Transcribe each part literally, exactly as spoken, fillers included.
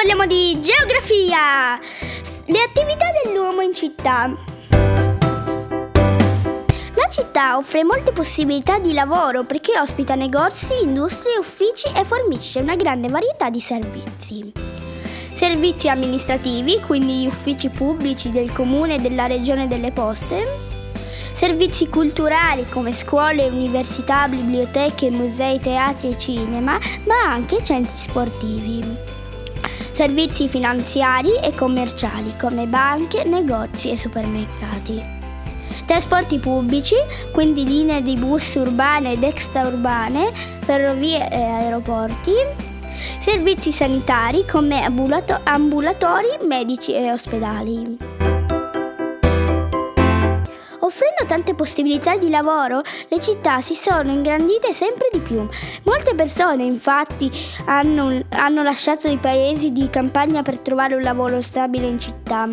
parliamo di geografia! Le attività dell'uomo in città. La città offre molte possibilità di lavoro perché ospita negozi, industrie, uffici e fornisce una grande varietà di servizi. Servizi amministrativi, quindi gli uffici pubblici del comune e della regione delle poste. Servizi culturali come scuole, università, biblioteche, musei, teatri e cinema, ma anche centri sportivi. Servizi finanziari e commerciali come banche, negozi e supermercati. Trasporti pubblici, quindi linee di bus urbane ed extraurbane, ferrovie e aeroporti. Servizi sanitari come ambulato- ambulatori, medici e ospedali. Offrendo tante possibilità di lavoro, le città si sono ingrandite sempre di più. Molte persone, infatti, hanno, hanno lasciato i paesi di campagna per trovare un lavoro stabile in città.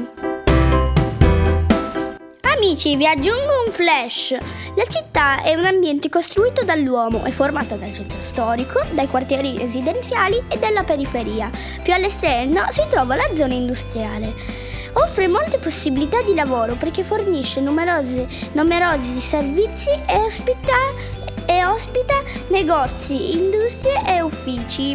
Amici, vi aggiungo un flash. La città è un ambiente costruito dall'uomo, è formata dal centro storico, dai quartieri residenziali e dalla periferia. Più all'esterno si trova la zona industriale. Offre molte possibilità di lavoro perché fornisce numerosi, numerosi servizi e ospita, e ospita negozi, industrie e uffici.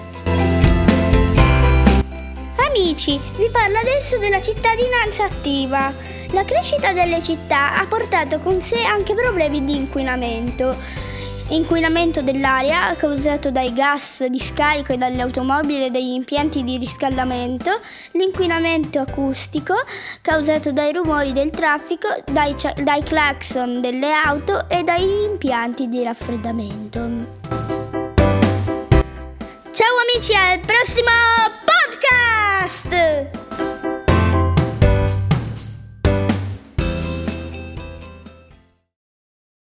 Amici, vi parlo adesso della cittadinanza attiva. La crescita delle città ha portato con sé anche problemi di inquinamento. Inquinamento dell'aria causato dai gas di scarico e dalle automobili e dagli impianti di riscaldamento, l'inquinamento acustico causato dai rumori del traffico, dai, dai clacson delle auto e dagli impianti di raffreddamento. Ciao amici, al prossimo